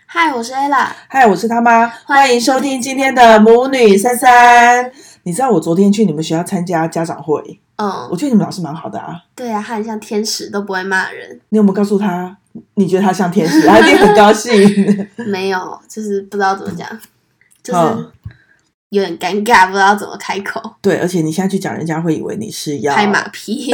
嗨，我是 Ella。 嗨，我是他妈，欢迎收听今天的母女三三。你知道我昨天去你们学校参加家长会，我觉得你们老师蛮好的啊。 对啊，他很像天使，都不会骂人。 你有没有告诉他，你觉得他像天使？他一定很高兴。 没有，就是不知道怎么讲，就是有点尴尬，不知道怎么开口。 对，而且你现在去讲，人家会以为你是要拍马屁。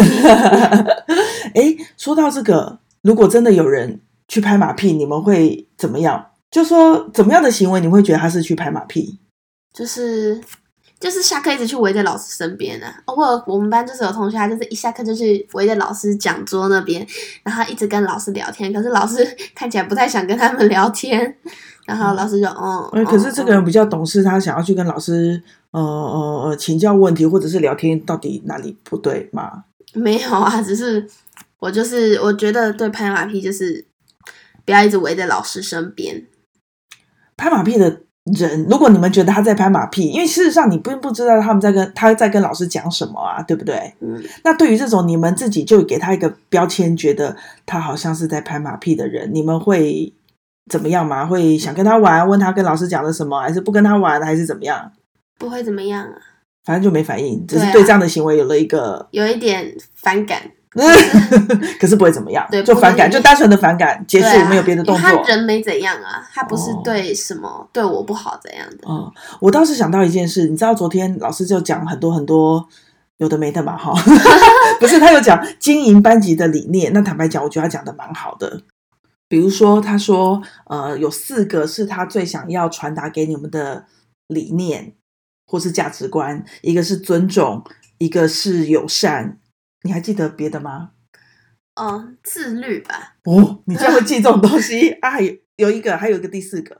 说到这个，如果真的有人去拍马屁，你们会怎么样？就说怎么样的行为你会觉得他是去拍马屁？ 就是下课一直去围在老师身边啊。我们班就是有同学，他就是一下课就去围在老师讲桌那边，然后一直跟老师聊天，可是老师看起来不太想跟他们聊天，然后老师就可是这个人比较懂事，他想要去跟老师请教问题或者是聊天，到底哪里不对吗？ 没有啊，只是我觉得对拍马屁就是不要一直围在老师身边。 拍马屁的人，如果你们觉得他在拍马屁，因为事实上你并不知道他在跟老师讲什么啊，对不对？那对于这种你们自己就给他一个标签，觉得他好像是在拍马屁的人，你们会怎么样吗？会想跟他玩，问他跟老师讲了什么，还是不跟他玩，还是怎么样？ 不会怎么样啊， 反正就没反应，只是对这样的行为有一点反感。 可是不会怎么样， 对， 就反感，就单纯的反感，结束，没有别的动作。 他人没怎样啊，他不是对什么对我不好怎样的。 我倒是想到一件事，你知道昨天老师就讲很多很多有的没的嘛，不是，他有讲经营班级的理念。那坦白讲，我觉得他讲的蛮好的。比如说，他说有4个是他最想要传达给你们的理念或是价值观，一个是尊重，一个是友善。你还记得别的吗？ 自律吧。 你竟然会记这种东西啊！还有一个第4个。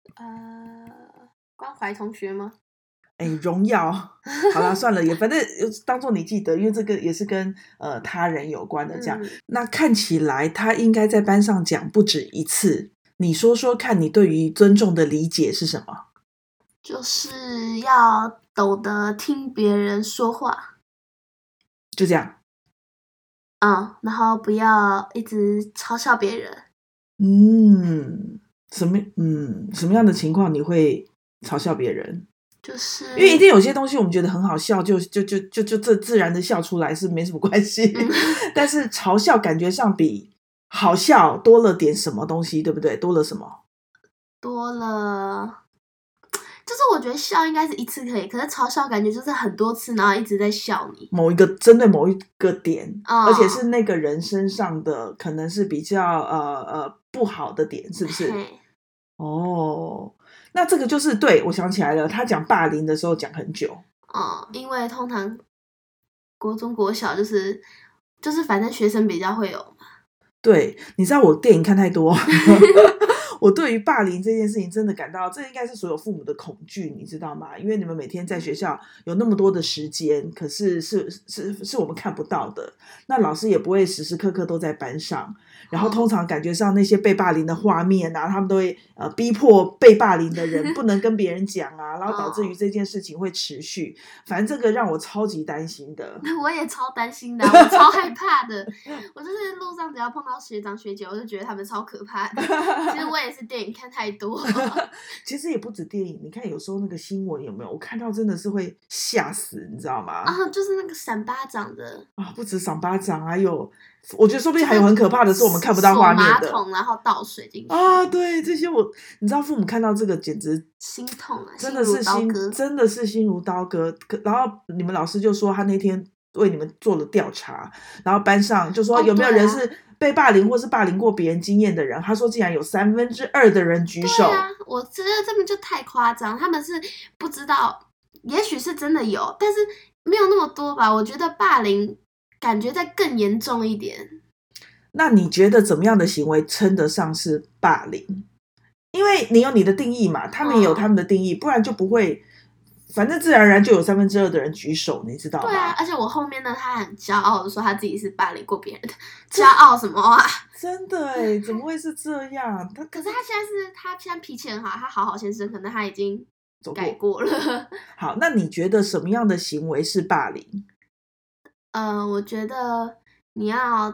关怀同学吗？ 荣耀。好啦，算了，也反正当做你记得，因为这个也是跟他人有关的这样。那看起来他应该在班上讲不止一次。你说说看，你对于尊重的理解是什么？ 就是要懂得听别人说话。 就这样。 然后不要一直嘲笑别人。 什么样的情况你会嘲笑别人？ 就是因为一定有些东西我们觉得很好笑，就这自然的笑出来是没什么关系。但是嘲笑感觉上比好笑多了点什么东西，对不对？多了什么？ 多了，就是我觉得笑应该是一次可以，可是嘲笑感觉就是很多次，然后一直在笑你。 针对某一个点，而且是那个人身上的可能是比较不好的点，是不是？那这个就是对，我想起来了，他讲霸凌的时候讲很久。 因为通常国中国小就是反正学生比较会有嘛。 对，你知道我电影看太多。我对于霸凌这件事情真的感到，这应该是所有父母的恐惧，你知道吗？因为你们每天在学校有那么多的时间，可是是我们看不到的。那老师也不会时时刻刻都在班上，然后通常感觉上那些被霸凌的画面啊，他们都会逼迫被霸凌的人不能跟别人讲啊，然后导致于这件事情会持续。反正这个让我超级担心的。 我也超担心的，我超害怕的。我就是路上只要碰到学长学姐，我就觉得他们超可怕的。其实我也是电影看太多。 其实也不止电影，你看有时候那个新闻有没有？我看到真的是会吓死，你知道吗？ 就是那个闪巴掌的不止赏巴掌，还有我觉得说不定还有很可怕的是我们看不到画面的手马桶然后倒水进去对，这些你知道父母看到这个简直心痛啊， 真的是真的是心如刀割。然后你们老师就说他那天为你们做了调查，然后班上就说有没有人是被霸凌或是霸凌过别人经验的人，他说竟然有2/3的人举手。 对啊，我觉得这边就太夸张，他们是不知道，也许是真的有，但是没有那么多吧。我觉得霸凌感觉再更严重一点。 那你觉得怎么样的行为称得上是霸凌？因为你有你的定义嘛，他们也有他们的定义，不然就不会，反正自然而然就有2/3的人举手，你知道吗？ 对啊，而且我后面呢，他很骄傲的说他自己是霸凌过别人的，骄傲什么啊？ 真的怎么会是这样？ 可是他现在脾气很好，他好好先生，可能他已经改过了。 好，那你觉得什么样的行为是霸凌？ 我觉得你要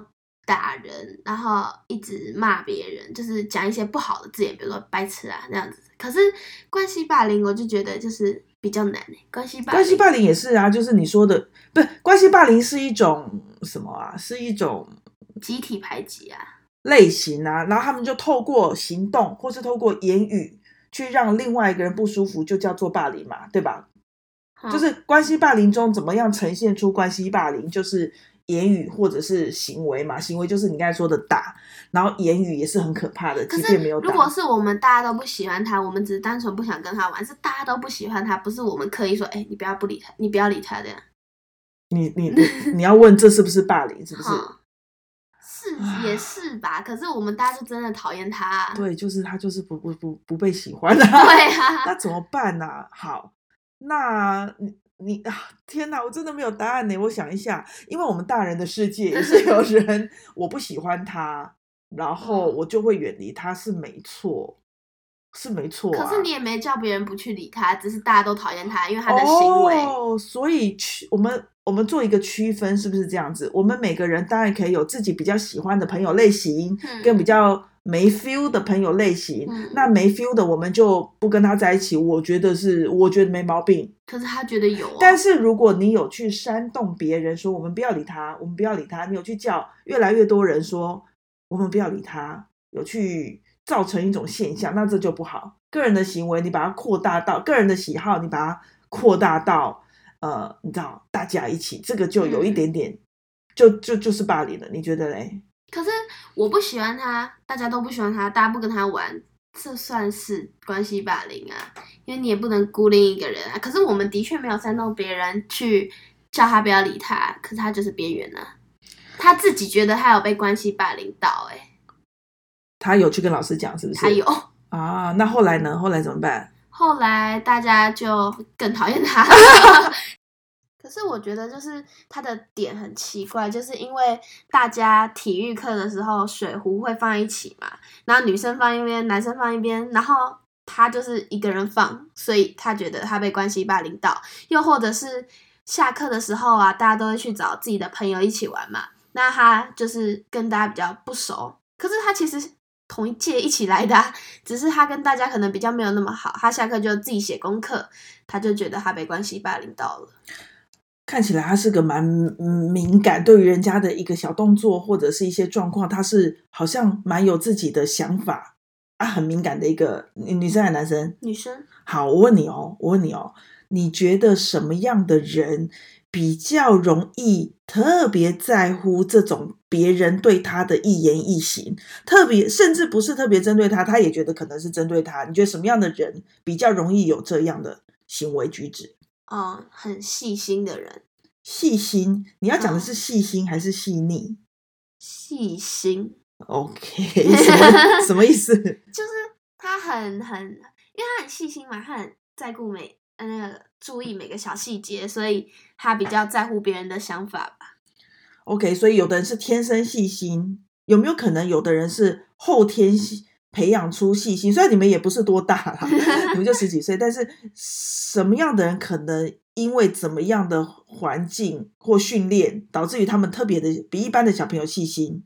打人，然后一直骂别人，就是讲一些不好的字眼，比如说白痴啊那样子。可是关系霸凌，我就觉得就是比较难关系霸凌也是啊，就是你说的，不是关系霸凌是一种什么啊？是一种集体排挤啊类型啊，然后他们就透过行动或是透过言语去让另外一个人不舒服，就叫做霸凌嘛，对吧？就是关系霸凌中怎么样呈现出关系霸凌，就是言语或者是行为嘛。行为就是你刚才说的打，然后言语也是很可怕的，即便没有打。 如果是我们大家都不喜欢他，我们只是单纯不想跟他玩，是大家都不喜欢他，不是我们刻意说，你不要不理他，你不要理他这样。 你要问这是不是霸凌，是不是？ 是也是吧，可是我们大家就真的讨厌他对，就是他就是不被喜欢对啊， 那怎么办啊？好，那你天哪，我真的没有答案呢。我想一下，因为我们大人的世界也是有人我不喜欢他，然后我就会远离他，是没错。是没错可是你也没叫别人不去理他，只是大家都讨厌他，因为他的行为。 所以我们做一个区分，是不是这样子？我们每个人当然可以有自己比较喜欢的朋友类型，跟比较没 feel 的朋友类型。那没 feel 的我们就不跟他在一起，我觉得没毛病。 可是他觉得有但是如果你有去煽动别人说我们不要理他，我们不要理他，你有去叫越来越多人说我们不要理他，有去造成一种现象，那这就不好。个人的行为你把它扩大到个人的喜好，你把它扩大到你知道大家一起，这个就有一点点就是霸凌了，你觉得嘞？ 可是我不喜欢他，大家都不喜欢他，大家不跟他玩，这算是关系霸凌啊，因为你也不能孤立一个人啊。可是我们的确没有煽动别人去叫他不要理他，可是他就是边缘啊，他自己觉得他有被关系霸凌到他有去跟老师讲是不是？ 他有啊，那后来呢？后来怎么办？ 后来大家就更讨厌他可是我觉得就是他的点很奇怪，就是因为大家体育课的时候水壶会放一起嘛，然后女生放一边，男生放一边，然后他就是一个人放，所以他觉得他被关系霸凌到。又或者是下课的时候啊，大家都会去找自己的朋友一起玩嘛，那他就是跟大家比较不熟，可是他其实同一届一起来的只是他跟大家可能比较没有那么好，他下课就自己写功课，他就觉得他被关系霸凌到了。 看起来他是个蛮敏感，对于人家的一个小动作或者是一些状况，他是好像蛮有自己的想法啊，很敏感的一个女生还是男生？ 女生。 好，我问你哦，你觉得什么样的人比较容易特别在乎这种别人对他的一言一行，甚至不是特别针对他，他也觉得可能是针对他？你觉得什么样的人比较容易有这样的行为举止？ 很细心的人。 细心？你要讲的是细心还是细腻？ 细心。 OK， 什么意思？ 就是他因为他很细心嘛，他很在乎注意每个小细节，所以他比较在乎别人的想法吧。 OK， 所以有的人是天生细心，有没有可能有的人是后天培养出细心？虽然你们也不是多大啦，你们就10几岁，但是什么样的人可能因为怎么样的环境或训练，导致于他们特别的比一般的小朋友细心？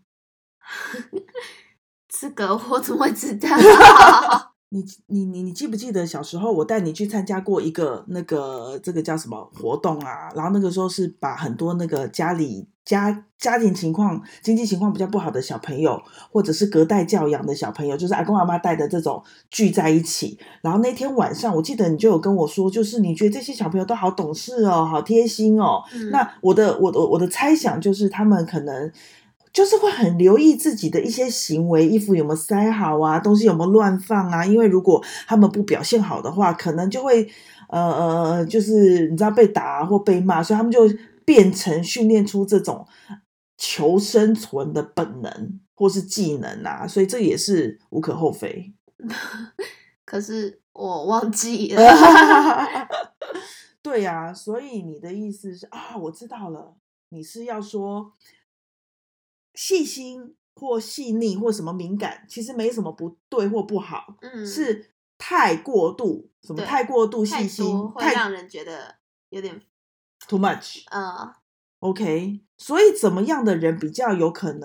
这个我怎么会知道？ 你记不记得小时候我带你去参加过一个这个叫什么活动啊？然后那个时候是把很多那个家庭情况、经济情况比较不好的小朋友，或者是隔代教养的小朋友，就是阿公阿妈带的这种聚在一起。然后那天晚上，我记得你就有跟我说，就是你觉得这些小朋友都好懂事哦，好贴心哦。那我的猜想就是他们可能就是会很留意自己的一些行为，衣服有没有塞好啊，东西有没有乱放啊，因为如果他们不表现好的话，可能就会就是你知道被打或被骂，所以他们就变成训练出这种求生存的本能或是技能啊，所以这也是无可厚非。 可是我忘记了对啊，所以你的意思是我知道了，你是要说细心或细腻或什么敏感，其实没什么不对或不好，是太过度，什么太过度细心， 会让人觉得有点 too much。OK， 所以怎么样的人比较有可能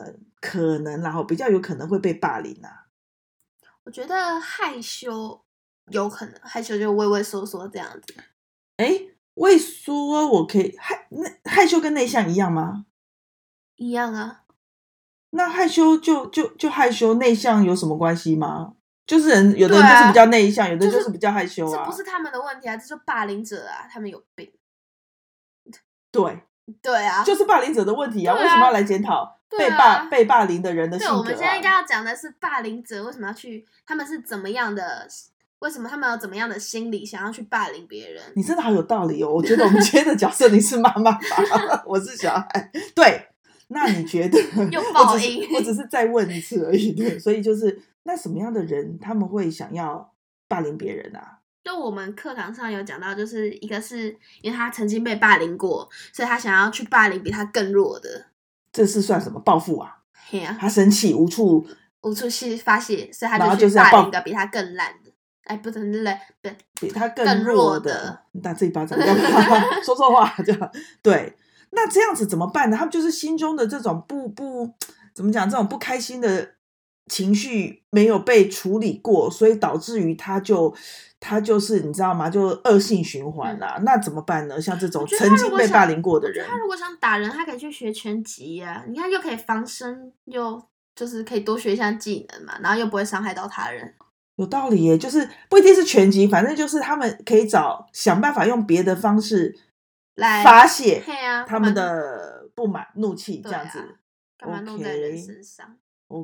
可能然后比较有可能会被霸凌啊？ 我觉得害羞有可能，害羞就畏畏缩缩这样子。 畏缩我可以害羞跟内向一样吗？ 一样啊。 那害羞就害羞，内向有什么关系吗？就是有的人对啊就是比较内向，有的就是比较害羞啊。 这不是他们的问题啊，这是霸凌者啊，他们有病。 对， 对啊， 就是霸凌者的问题啊， 对啊为什么要来检讨对啊被霸凌的人的性对， 格啊？ 我们现在应该要讲的是霸凌者为什么要去，他们是怎么样的，为什么他们有怎么样的心理想要去霸凌别人？ 你真的好有道理哦！我觉得我们今天的角色你是妈妈吧，我是小孩。对，那你觉得？ 又报应我只是再问一次而已。对，所以就是那什么样的人他们会想要霸凌别人啊？ 就我们课堂上有讲到，就是一个是因为他曾经被霸凌过，所以他想要去霸凌比他更弱的。 这是算什么报复啊？ 嘿啊， 他生气无处发泄，所以他然后就去就是要报霸凌一个比他更烂的。哎，不是累，不比他更弱弱的， 你打自己巴掌干嘛？说错话这样。对，那这样子怎么办呢？他们就是心中的这种不怎么讲，这种不开心的情绪没有被处理过，所以导致于他就是你知道吗？就恶性循环啦。那怎么办呢？像这种曾经被霸凌过的人， 他如果想打人，他可以去学拳击呀、你看又可以防身，又就是可以多学一项技能嘛，然后又不会伤害到他人。 有道理耶，就是不一定是拳击，反正就是他们可以想办法用别的方式来发泄他们他的不满、怒气这样子。 干嘛弄在人身上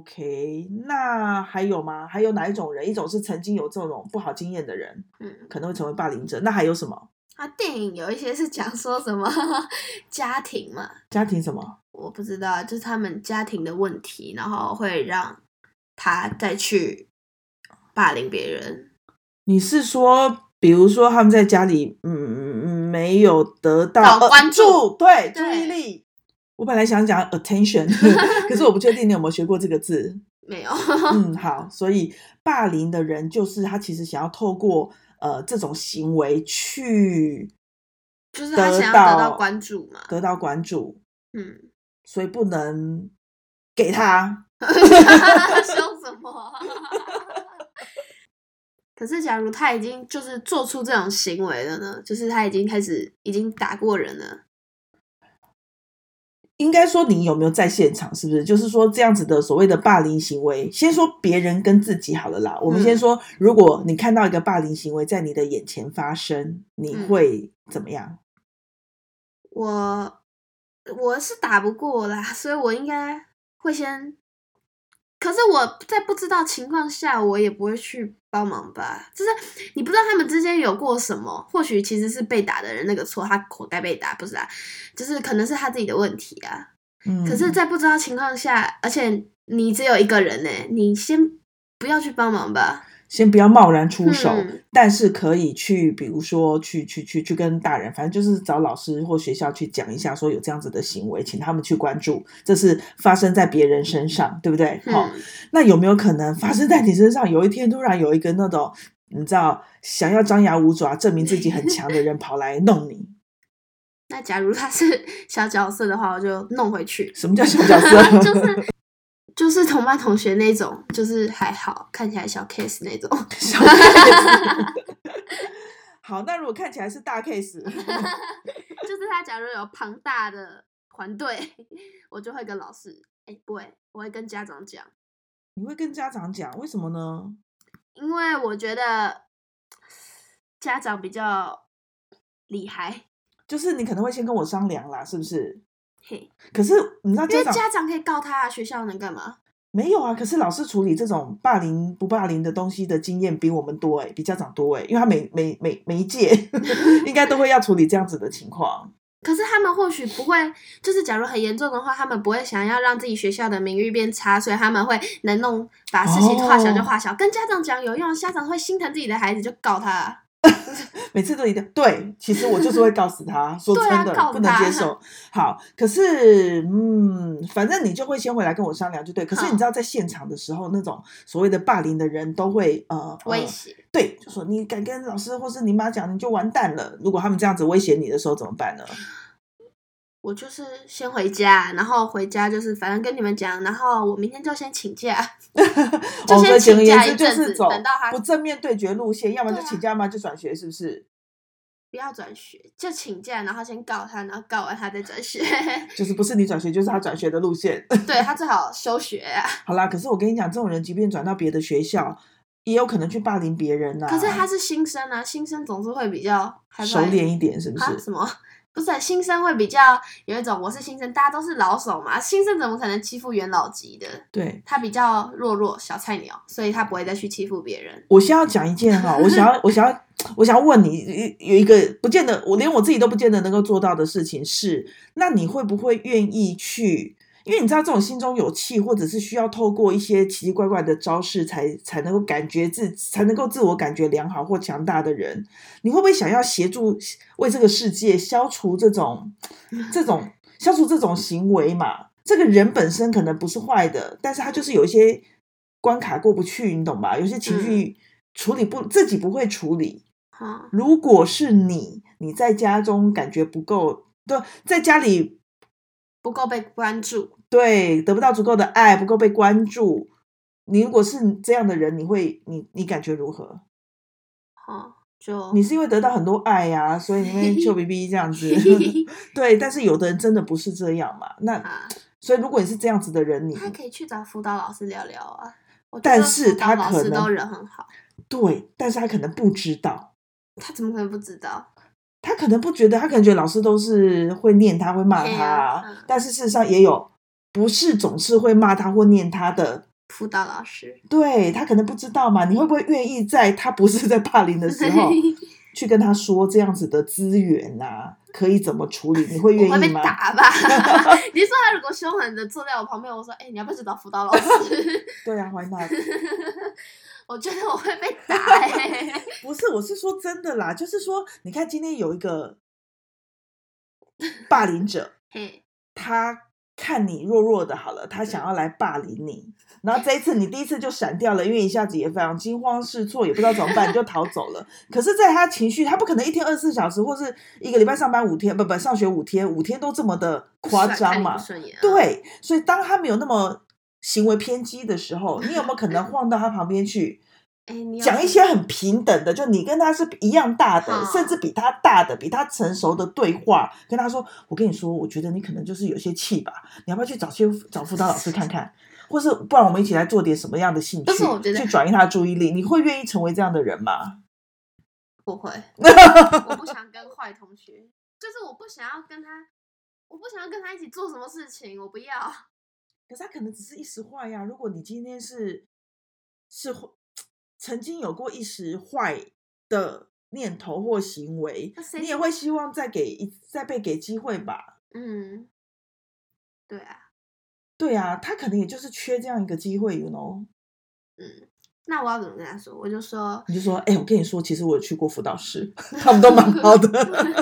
OK， 那还有吗？还有哪一种人？一种是曾经有这种不好经验的人，可能会成为霸凌者。那还有什么？ 电影有一些是讲说什么家庭嘛， 家庭什么？ 我不知道，就是他们家庭的问题，然后会让他再去霸凌别人。 你是说，比如说他们在家里，没有得到关注， 对，注意力。我本来想讲 attention， 可是我不确定你有没有学过这个字。 没有。 好，所以霸凌的人就是他其实想要透过这种行为去， 就是他想要得到关注嘛， 得到关注。所以不能给他。 凶什么？可是假如他已经就是做出这种行为了呢？就是他已经打过人了。 应该说你有没有在现场，是不是？就是说这样子的所谓的霸凌行为，先说别人跟自己好了啦。我们先说，如果你看到一个霸凌行为在你的眼前发生，你会怎么样？ 我是打不过啦，所以我应该会先。可是我在不知道情况下，我也不会去帮忙吧。就是你不知道他们之间有过什么，或许其实是被打的人那个错，他活该被打，不是啊？就是可能是他自己的问题啊。可是，在不知道情况下，而且你只有一个人呢，你先不要去帮忙吧。 先不要贸然出手，但是可以去，比如说去跟大人，反正就是找老师或学校去讲一下，说有这样子的行为，请他们去关注，这是发生在别人身上，对不对？那有没有可能发生在你身上？有一天突然有一个那种你知道想要张牙舞爪、证明自己很强的人跑来弄你？ 那假如他是小角色的话，我就弄回去。 什么叫小角色？ 就是同班同学那种，就是还好，看起来小 case 那种。 小 case。好，那如果看起来是大 case， 就是他假如有庞大的团队，我就会跟老师，不会，我会跟家长讲。 你会跟家长讲，为什么呢？ 因为我觉得家长比较厉害。 就是你可能会先跟我商量啦，是不是？可是你知道因为家长可以告他，学校能干嘛？ 没有啊，可是老师处理这种霸凌不霸凌的东西的经验比我们多比家长多因为他每一届应该都会要处理这样子的情况。 可是他们或许不会，就是假如很严重的话，他们不会想要让自己学校的名誉变差，所以他们会能把事情化小就化小。跟家长讲有用，家长会心疼自己的孩子就告他。 每次都一定对，其实我就是会告死他，说真的不能接受。好，可是反正你就会先回来跟我商量就对。可是你知道在现场的时候，那种所谓的霸凌的人都会威胁， 对，就说你敢跟老师或是你妈讲，你就完蛋了。如果他们这样子威胁你的时候怎么办呢？ 我就是先回家，然后回家就是反正跟你们讲，然后我明天就先请假，就先请假一阵子，等到他不正面对决路线，要么就请假，要么就转学，是不是？ 不要转学，就请假，然后先告他，然后告完他再转学。 就是不是你转学，就是他转学的路线。 对，他最好休学啊。 好啦，可是我跟你讲，这种人即便转到别的学校，也有可能去霸凌别人啊。 可是他是新生啊，新生总是会比较熟练一点，是不是？ 什么？不是，新生会比较有一种我是新生，大家都是老手嘛，新生怎么可能欺负元老级的？ 对， 他比较弱小菜鸟，所以他不会再去欺负别人。 我先要讲一件哈，我想要问你，有一个不见得，我连我自己都不见得能够做到的事情是，那你会不会愿意去？因为你知道这种心中有气，或者是需要透过一些奇奇怪怪的招式才能够才能够自我感觉良好或强大的人，你会不会想要协助为这个世界消除这种行为嘛？这个人本身可能不是坏的，但是他就是有一些关卡过不去，你懂吧？有些情绪处理自己不会处理。如果是你在家中感觉不够，对，在家里不够被关注， 对，得不到足够的爱，不够被关注，你如果是这样的人，你感觉如何？你是因为得到很多爱呀，所以你会臭逼逼这样子。对，但是有的人真的不是这样嘛。那所以如果你是这样子的人， 他可以去找辅导老师聊聊啊。 但是他可能老师都人很好。 对，但是他可能不知道。 他怎么可能不知道？ 他可能不觉得，他可能觉得老师都是会念他，会骂他，但是事实上也有不是总是会骂他或念他的辅导老师。 对，他可能不知道嘛。你会不会愿意在他不是在霸凌的时候去跟他说这样子的资源啊，可以怎么处理？你会愿意吗？ 我会被打吧。你说他如果凶狠的坐在我旁边，我说你要不要去找辅导老师？ 对啊，why not？ 我觉得我会被打不是，我是说真的啦，就是说，你看今天有一个霸凌者，他看你弱弱的，好了，他想要来霸凌你，然后这一次你第一次就闪掉了，因为一下子也非常惊慌失措，也不知道怎么办，你就逃走了。可是，在他情绪，他不可能一天24小时，或是一个礼拜上班5天，不上学5天，5天都这么的夸张嘛？对，所以当他没有那么行为偏激的时候，你有没有可能晃到他旁边去讲一些很平等的，就你跟他是一样大的，甚至比他大的，比他成熟的对话，跟他说，我跟你说，我觉得你可能就是有些气吧，你要不要去找辅导老师看看，或是不然我们一起来做点什么样的兴趣，去转移他的注意力？你会愿意成为这样的人吗？ 不会。我不想跟坏同学，就是我不想要跟他一起做什么事情，我不要。 可是他可能只是一时坏呀。如果你今天是曾经有过一时坏的念头或行为，你也会希望再被给机会吧？ 对啊。 对啊，他可能也就是缺这样一个机会 you know。 那我要怎么跟他说？你就说我跟你说，其实我有去过辅导室，他们都蛮好的。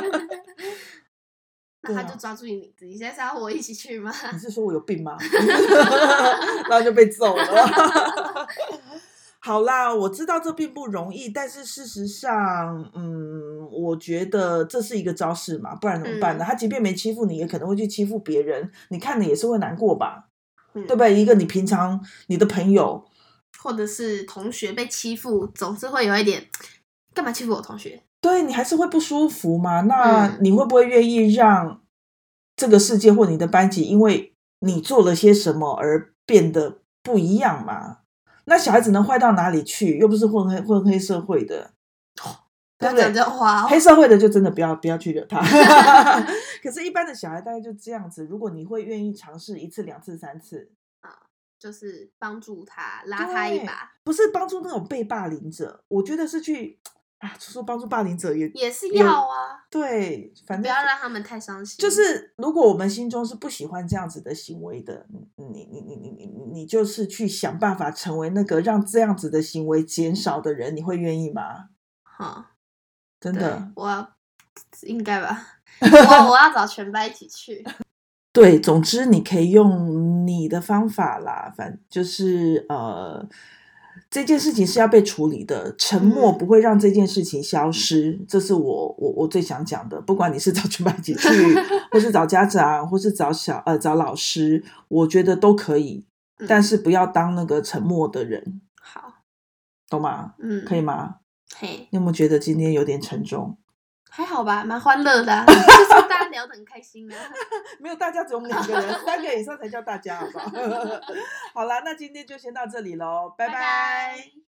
那他就抓住你自己，现在是要我一起去吗？ 你是说我有病吗？然后就被揍了。好啦，我知道这并不容易，但是事实上，我觉得这是一个招式嘛，不然怎么办呢？他即便没欺负你，也可能会去欺负别人，你看了也是会难过吧？对不对？一个你平常你的朋友或者是同学被欺负，总是会有一点，干嘛欺负我同学？ 对，你还是会不舒服嘛？那你会不会愿意让这个世界或你的班级因为你做了些什么而变得不一样嘛？那小孩子能坏到哪里去？又不是混黑社会的，对不对？黑社会的就真的不要去惹他。可是，一般的小孩大概就这样子。如果你会愿意尝试1次、2次、3次， 就是帮助他，拉他一把， 不是帮助那种被霸凌者。我觉得是去说帮助霸凌者也是要啊。 对，反正不要让他们太伤心。 就是如果我们心中是不喜欢这样子的行为的，你就是去想办法成为那个让这样子的行为减少的人，你会愿意吗？真的， 应该吧。我要找全班一起去。 对，总之你可以用你的方法啦，反正就是这件事情是要被处理的，沉默不会让这件事情消失，这是我最想讲的。不管你是找全班一起去，或是找家长，或是找老师，我觉得都可以，但是不要当那个沉默的人。 好， 懂吗？可以吗？ 嘿， 你有没有觉得今天有点沉重？ 还好吧，蛮欢乐的就是大家聊得很开心啊。 没有，大家只有我们2个人，3个以上才叫大家，好不好？好啦，那今天就先到这里咯，拜拜拜